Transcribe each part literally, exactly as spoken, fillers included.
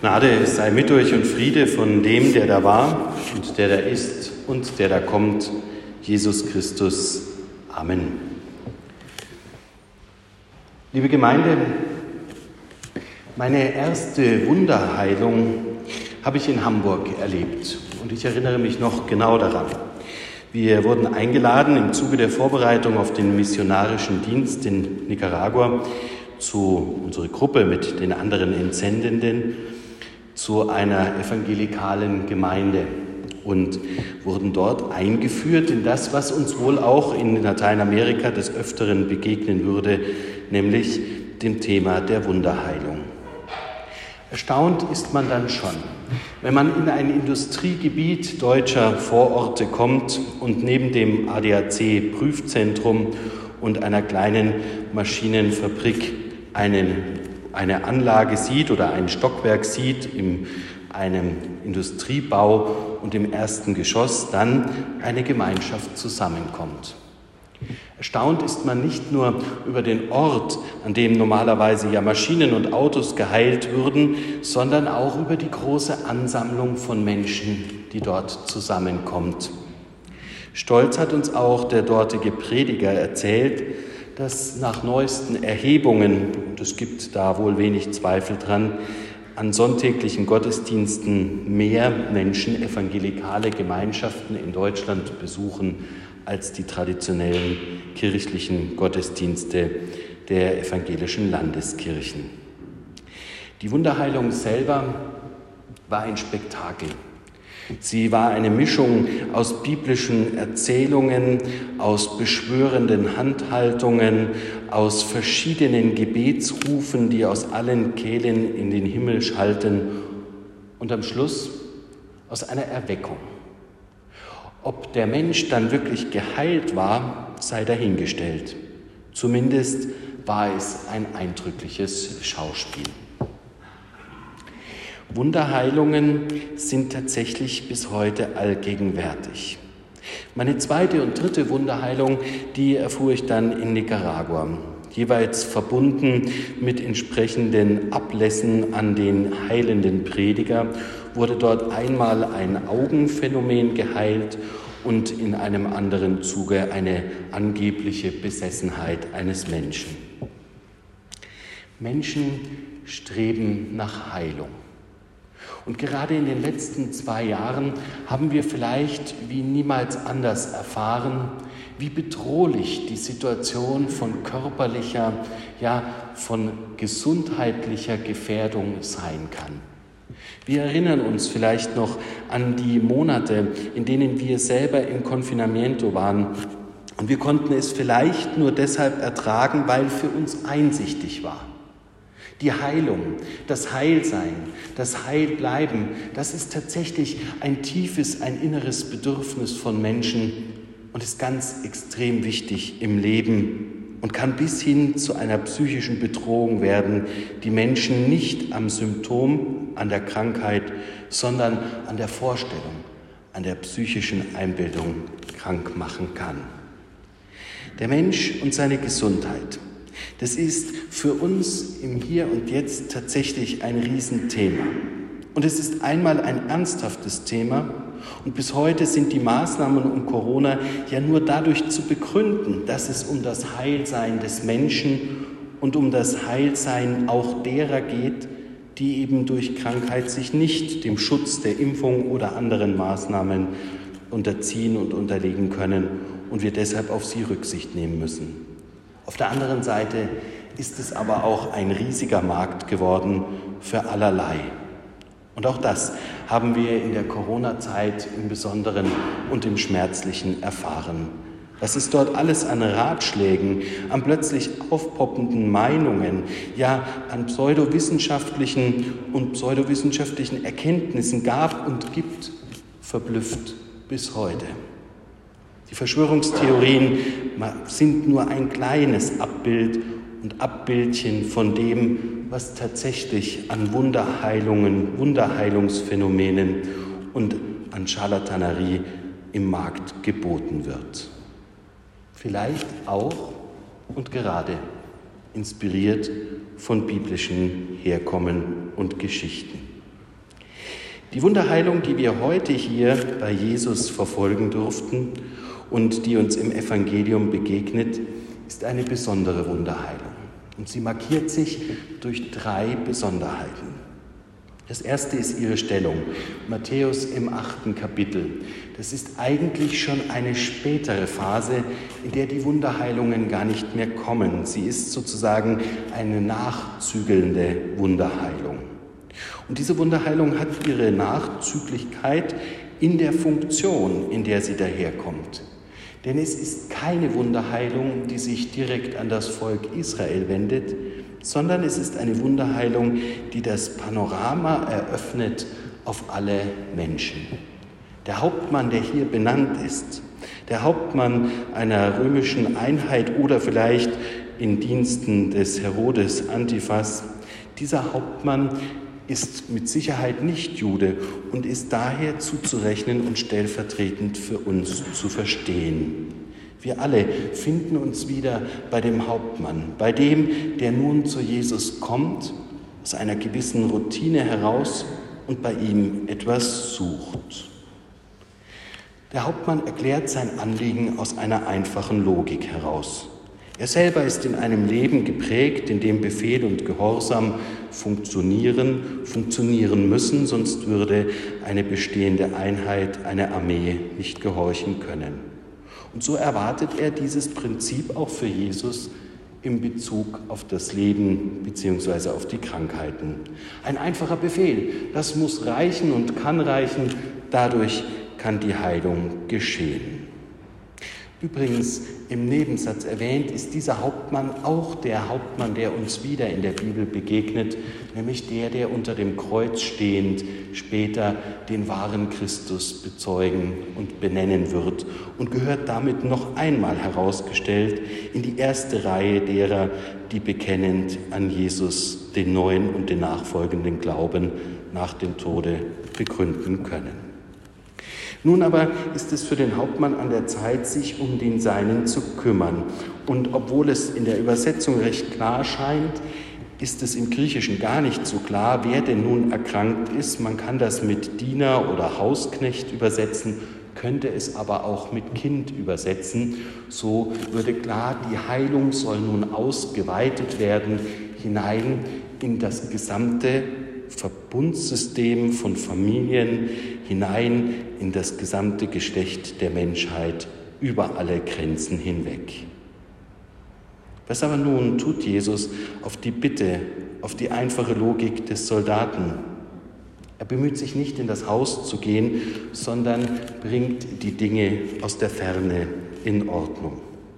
Gnade sei mit euch und Friede von dem, der da war und der da ist und der da kommt, Jesus Christus. Amen. Liebe Gemeinde, meine erste Wunderheilung habe ich in Hamburg erlebt und ich erinnere mich noch genau daran. Wir wurden eingeladen im Zuge der Vorbereitung auf den missionarischen Dienst in Nicaragua zu unserer Gruppe mit den anderen Entsendenden zu einer evangelikalen Gemeinde und wurden dort eingeführt in das, was uns wohl auch in Lateinamerika des Öfteren begegnen würde, nämlich dem Thema der Wunderheilung. Erstaunt ist man dann schon, wenn man in ein Industriegebiet deutscher Vororte kommt und neben dem A D A C-Prüfzentrum und einer kleinen Maschinenfabrik einen eine Anlage sieht oder ein Stockwerk sieht in einem Industriebau und im ersten Geschoss dann eine Gemeinschaft zusammenkommt. Erstaunt ist man nicht nur über den Ort, an dem normalerweise ja Maschinen und Autos geheilt würden, sondern auch über die große Ansammlung von Menschen, die dort zusammenkommt. Stolz hat uns auch der dortige Prediger erzählt, dass nach neuesten Erhebungen, und es gibt da wohl wenig Zweifel dran, an sonntäglichen Gottesdiensten mehr Menschen evangelikale Gemeinschaften in Deutschland besuchen als die traditionellen kirchlichen Gottesdienste der evangelischen Landeskirchen. Die Wunderheilung selber war ein Spektakel. Sie war eine Mischung aus biblischen Erzählungen, aus beschwörenden Handhaltungen, aus verschiedenen Gebetsrufen, die aus allen Kehlen in den Himmel schalten und am Schluss aus einer Erweckung. Ob der Mensch dann wirklich geheilt war, sei dahingestellt. Zumindest war es ein eindrückliches Schauspiel. Wunderheilungen sind tatsächlich bis heute allgegenwärtig. Meine zweite und dritte Wunderheilung, die erfuhr ich dann in Nicaragua, jeweils verbunden mit entsprechenden Ablässen an den heilenden Prediger, wurde dort einmal ein Augenphänomen geheilt und in einem anderen Zuge eine angebliche Besessenheit eines Menschen. Menschen streben nach Heilung. Und gerade in den letzten zwei Jahren haben wir vielleicht wie niemals anders erfahren, wie bedrohlich die Situation von körperlicher, ja von gesundheitlicher Gefährdung sein kann. Wir erinnern uns vielleicht noch an die Monate, in denen wir selber im Confinamiento waren. Und wir konnten es vielleicht nur deshalb ertragen, weil für uns einsichtig war. Die Heilung, das Heilsein, das Heilbleiben, das ist tatsächlich ein tiefes, ein inneres Bedürfnis von Menschen und ist ganz extrem wichtig im Leben und kann bis hin zu einer psychischen Bedrohung werden, die Menschen nicht am Symptom, an der Krankheit, sondern an der Vorstellung, an der psychischen Einbildung krank machen kann. Der Mensch und seine Gesundheit. Das ist für uns im Hier und Jetzt tatsächlich ein Riesenthema. Und es ist einmal ein ernsthaftes Thema und bis heute sind die Maßnahmen um Corona ja nur dadurch zu begründen, dass es um das Heilsein des Menschen und um das Heilsein auch derer geht, die eben durch Krankheit sich nicht dem Schutz der Impfung oder anderen Maßnahmen unterziehen und unterlegen können und wir deshalb auf sie Rücksicht nehmen müssen. Auf der anderen Seite ist es aber auch ein riesiger Markt geworden für allerlei. Und auch das haben wir in der Corona-Zeit im Besonderen und im Schmerzlichen erfahren. Was es dort alles an Ratschlägen, an plötzlich aufpoppenden Meinungen, ja an pseudowissenschaftlichen und pseudowissenschaftlichen Erkenntnissen gab und gibt, verblüfft bis heute. Die Verschwörungstheorien sind nur ein kleines Abbild und Abbildchen von dem, was tatsächlich an Wunderheilungen, Wunderheilungsphänomenen und an Scharlatanerie im Markt geboten wird. Vielleicht auch und gerade inspiriert von biblischen Herkommen und Geschichten. Die Wunderheilung, die wir heute hier bei Jesus verfolgen durften und die uns im Evangelium begegnet, ist eine besondere Wunderheilung. Und sie markiert sich durch drei Besonderheiten. Das erste ist ihre Stellung. Matthäus im achten Kapitel. Das ist eigentlich schon eine spätere Phase, in der die Wunderheilungen gar nicht mehr kommen. Sie ist sozusagen eine nachzügelnde Wunderheilung. Und diese Wunderheilung hat ihre Nachzüglichkeit in der Funktion, in der sie daherkommt. Denn es ist keine Wunderheilung, die sich direkt an das Volk Israel wendet, sondern es ist eine Wunderheilung, die das Panorama eröffnet auf alle Menschen. Der Hauptmann, der hier benannt ist, der Hauptmann einer römischen Einheit oder vielleicht in Diensten des Herodes Antiphas, dieser Hauptmann ist mit Sicherheit nicht Jude und ist daher zuzurechnen und stellvertretend für uns zu verstehen. Wir alle finden uns wieder bei dem Hauptmann, bei dem, der nun zu Jesus kommt, aus einer gewissen Routine heraus und bei ihm etwas sucht. Der Hauptmann erklärt sein Anliegen aus einer einfachen Logik heraus. Er selber ist in einem Leben geprägt, in dem Befehl und Gehorsam funktionieren, funktionieren müssen, sonst würde eine bestehende Einheit, eine Armee nicht gehorchen können. Und so erwartet er dieses Prinzip auch für Jesus in Bezug auf das Leben bzw. auf die Krankheiten. Ein einfacher Befehl, das muss reichen und kann reichen, dadurch kann die Heilung geschehen. Übrigens, im Nebensatz erwähnt, ist dieser Hauptmann auch der Hauptmann, der uns wieder in der Bibel begegnet, nämlich der, der unter dem Kreuz stehend später den wahren Christus bezeugen und benennen wird und gehört damit noch einmal herausgestellt in die erste Reihe derer, die bekennend an Jesus den neuen und den nachfolgenden Glauben nach dem Tode begründen können. Nun aber ist es für den Hauptmann an der Zeit, sich um den Seinen zu kümmern. Und obwohl es in der Übersetzung recht klar scheint, ist es im Griechischen gar nicht so klar, wer denn nun erkrankt ist. Man kann das mit Diener oder Hausknecht übersetzen, könnte es aber auch mit Kind übersetzen. So würde klar, die Heilung soll nun ausgeweitet werden hinein in das gesamte Verbundsystem von Familien, hinein in das gesamte Geschlecht der Menschheit über alle Grenzen hinweg. Was aber nun tut Jesus auf die Bitte, auf die einfache Logik des Soldaten? Er bemüht sich nicht, in das Haus zu gehen, sondern bringt die Dinge aus der Ferne in Ordnung.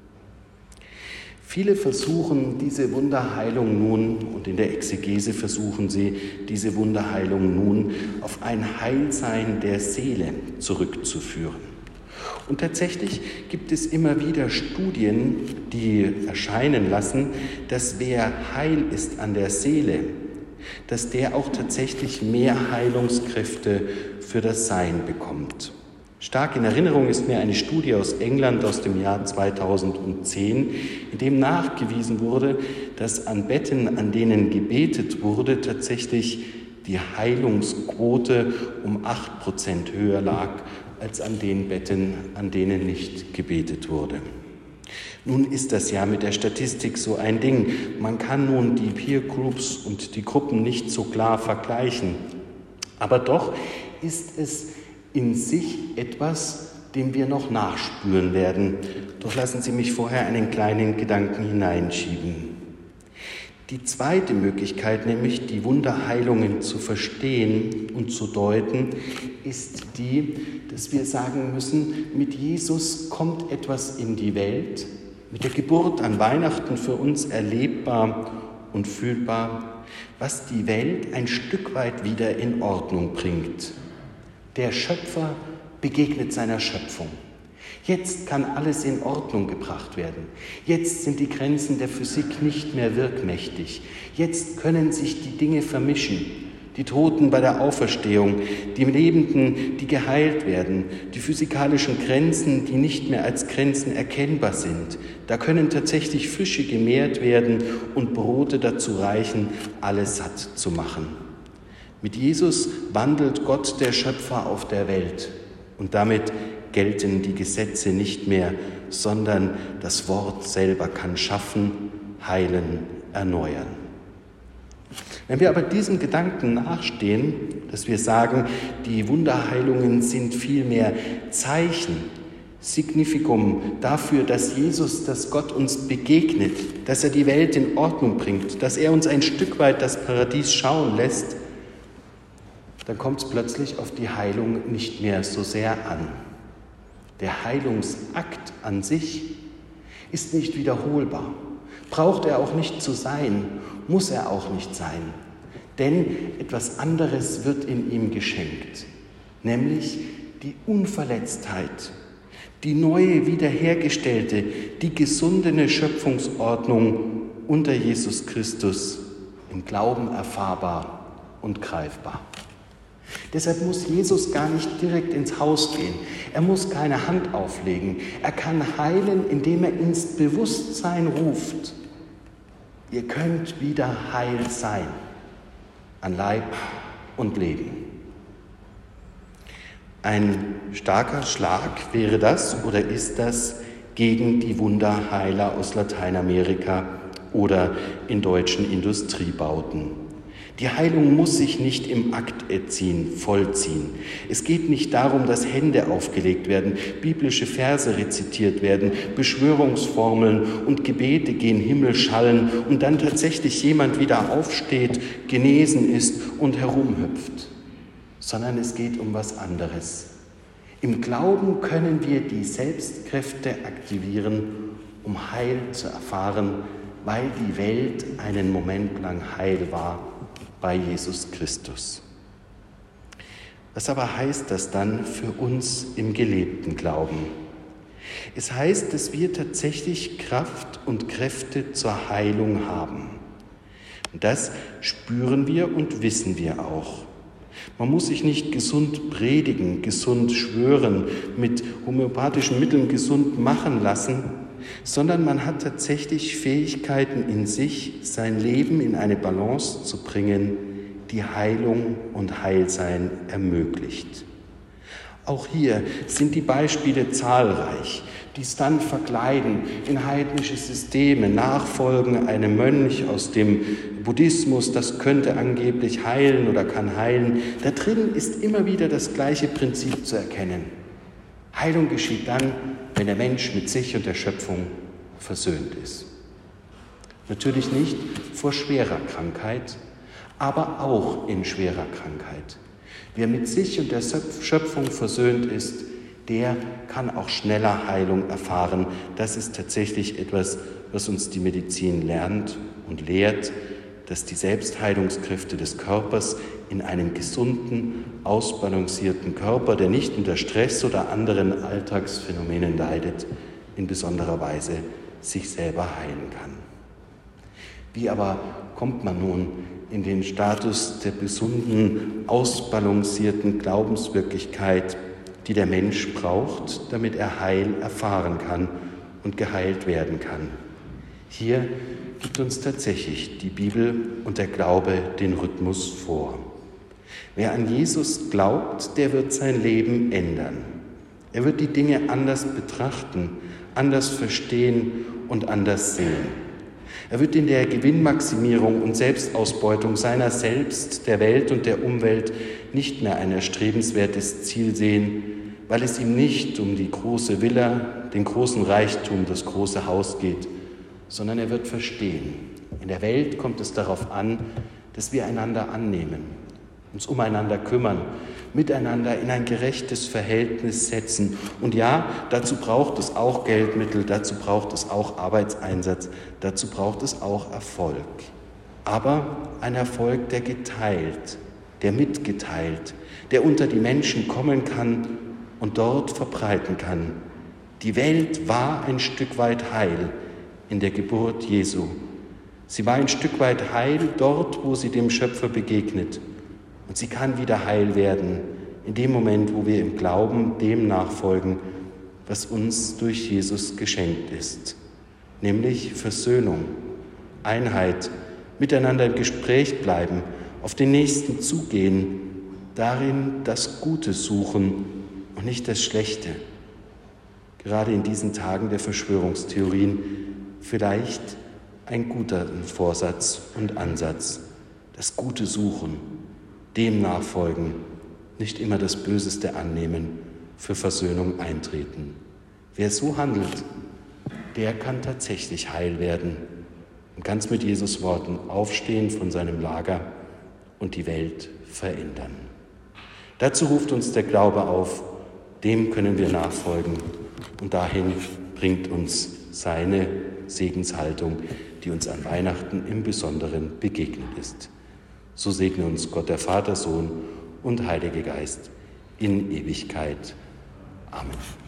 Viele versuchen diese Wunderheilung nun, und in der Exegese versuchen sie, diese Wunderheilung nun auf ein Heilsein der Seele zurückzuführen. Und tatsächlich gibt es immer wieder Studien, die erscheinen lassen, dass wer heil ist an der Seele, dass der auch tatsächlich mehr Heilungskräfte für das Sein bekommt. Stark in Erinnerung ist mir eine Studie aus England aus dem Jahr zweitausendzehn, in dem nachgewiesen wurde, dass an Betten, an denen gebetet wurde, tatsächlich die Heilungsquote um acht Prozent höher lag als an den Betten, an denen nicht gebetet wurde. Nun ist das ja mit der Statistik so ein Ding. Man kann nun die Peer Groups und die Gruppen nicht so klar vergleichen. Aber doch ist es in sich etwas, dem wir noch nachspüren werden. Doch lassen Sie mich vorher einen kleinen Gedanken hineinschieben. Die zweite Möglichkeit, nämlich die Wunderheilungen zu verstehen und zu deuten, ist die, dass wir sagen müssen, mit Jesus kommt etwas in die Welt, mit der Geburt an Weihnachten für uns erlebbar und fühlbar, was die Welt ein Stück weit wieder in Ordnung bringt. Der Schöpfer begegnet seiner Schöpfung. Jetzt kann alles in Ordnung gebracht werden. Jetzt sind die Grenzen der Physik nicht mehr wirkmächtig. Jetzt können sich die Dinge vermischen. Die Toten bei der Auferstehung, die Lebenden, die geheilt werden, die physikalischen Grenzen, die nicht mehr als Grenzen erkennbar sind. Da können tatsächlich Fische gemehrt werden und Brote dazu reichen, alles satt zu machen. Mit Jesus wandelt Gott, der Schöpfer, auf der Welt. Und damit gelten die Gesetze nicht mehr, sondern das Wort selber kann schaffen, heilen, erneuern. Wenn wir aber diesem Gedanken nachstehen, dass wir sagen, die Wunderheilungen sind vielmehr Zeichen, Signifikum dafür, dass Jesus, dass Gott uns begegnet, dass er die Welt in Ordnung bringt, dass er uns ein Stück weit das Paradies schauen lässt, dann kommt es plötzlich auf die Heilung nicht mehr so sehr an. Der Heilungsakt an sich ist nicht wiederholbar, braucht er auch nicht zu sein, muss er auch nicht sein, denn etwas anderes wird in ihm geschenkt, nämlich die Unverletztheit, die neue, wiederhergestellte, die gesundene Schöpfungsordnung unter Jesus Christus, im Glauben erfahrbar und greifbar. Deshalb muss Jesus gar nicht direkt ins Haus gehen. Er muss keine Hand auflegen. Er kann heilen, indem er ins Bewusstsein ruft. Ihr könnt wieder heil sein, an Leib und Leben. Ein starker Schlag wäre das oder ist das gegen die Wunderheiler aus Lateinamerika oder in deutschen Industriebauten. Die Heilung muss sich nicht im Akt erziehen, vollziehen. Es geht nicht darum, dass Hände aufgelegt werden, biblische Verse rezitiert werden, Beschwörungsformeln und Gebete gen Himmel schallen und dann tatsächlich jemand wieder aufsteht, genesen ist und herumhüpft. Sondern es geht um was anderes. Im Glauben können wir die Selbstkräfte aktivieren, um Heil zu erfahren, weil die Welt einen Moment lang heil war bei Jesus Christus. Was aber heißt das dann für uns im gelebten Glauben? Es heißt, dass wir tatsächlich Kraft und Kräfte zur Heilung haben. Und das spüren wir und wissen wir auch. Man muss sich nicht gesund predigen, gesund schwören, mit homöopathischen Mitteln gesund machen lassen, sondern man hat tatsächlich Fähigkeiten in sich, sein Leben in eine Balance zu bringen, die Heilung und Heilsein ermöglicht. Auch hier sind die Beispiele zahlreich, die es dann verkleiden in heidnische Systeme, nachfolgen einem Mönch aus dem Buddhismus, das könnte angeblich heilen oder kann heilen. Da drin ist immer wieder das gleiche Prinzip zu erkennen. Heilung geschieht dann, wenn der Mensch mit sich und der Schöpfung versöhnt ist. Natürlich nicht vor schwerer Krankheit, aber auch in schwerer Krankheit. Wer mit sich und der Schöpfung versöhnt ist, der kann auch schneller Heilung erfahren. Das ist tatsächlich etwas, was uns die Medizin lernt und lehrt, dass die Selbstheilungskräfte des Körpers in einem gesunden, ausbalancierten Körper, der nicht unter Stress oder anderen Alltagsphänomenen leidet, in besonderer Weise sich selber heilen kann. Wie aber kommt man nun in den Status der gesunden, ausbalancierten Glaubenswirklichkeit, die der Mensch braucht, damit er Heil erfahren kann und geheilt werden kann? Hier gibt uns tatsächlich die Bibel und der Glaube den Rhythmus vor. Wer an Jesus glaubt, der wird sein Leben ändern. Er wird die Dinge anders betrachten, anders verstehen und anders sehen. Er wird in der Gewinnmaximierung und Selbstausbeutung seiner selbst, der Welt und der Umwelt nicht mehr ein erstrebenswertes Ziel sehen, weil es ihm nicht um die große Villa, den großen Reichtum, das große Haus geht, sondern er wird verstehen. In der Welt kommt es darauf an, dass wir einander annehmen, uns umeinander kümmern, miteinander in ein gerechtes Verhältnis setzen. Und ja, dazu braucht es auch Geldmittel, dazu braucht es auch Arbeitseinsatz, dazu braucht es auch Erfolg. Aber ein Erfolg, der geteilt, der mitgeteilt, der unter die Menschen kommen kann und dort verbreiten kann. Die Welt war ein Stück weit heil in der Geburt Jesu. Sie war ein Stück weit heil dort, wo sie dem Schöpfer begegnet. Und sie kann wieder heil werden, in dem Moment, wo wir im Glauben dem nachfolgen, was uns durch Jesus geschenkt ist. Nämlich Versöhnung, Einheit, miteinander im Gespräch bleiben, auf den Nächsten zugehen, darin das Gute suchen und nicht das Schlechte. Gerade in diesen Tagen der Verschwörungstheorien vielleicht ein guter Vorsatz und Ansatz. Das Gute suchen, dem nachfolgen, nicht immer das Böseste annehmen, für Versöhnung eintreten. Wer so handelt, der kann tatsächlich heil werden und ganz mit Jesus Worten aufstehen von seinem Lager und die Welt verändern. Dazu ruft uns der Glaube auf, dem können wir nachfolgen und dahin bringt uns seine Segenshaltung, die uns an Weihnachten im Besonderen begegnet ist. So segne uns Gott, der Vater, Sohn und Heilige Geist in Ewigkeit. Amen.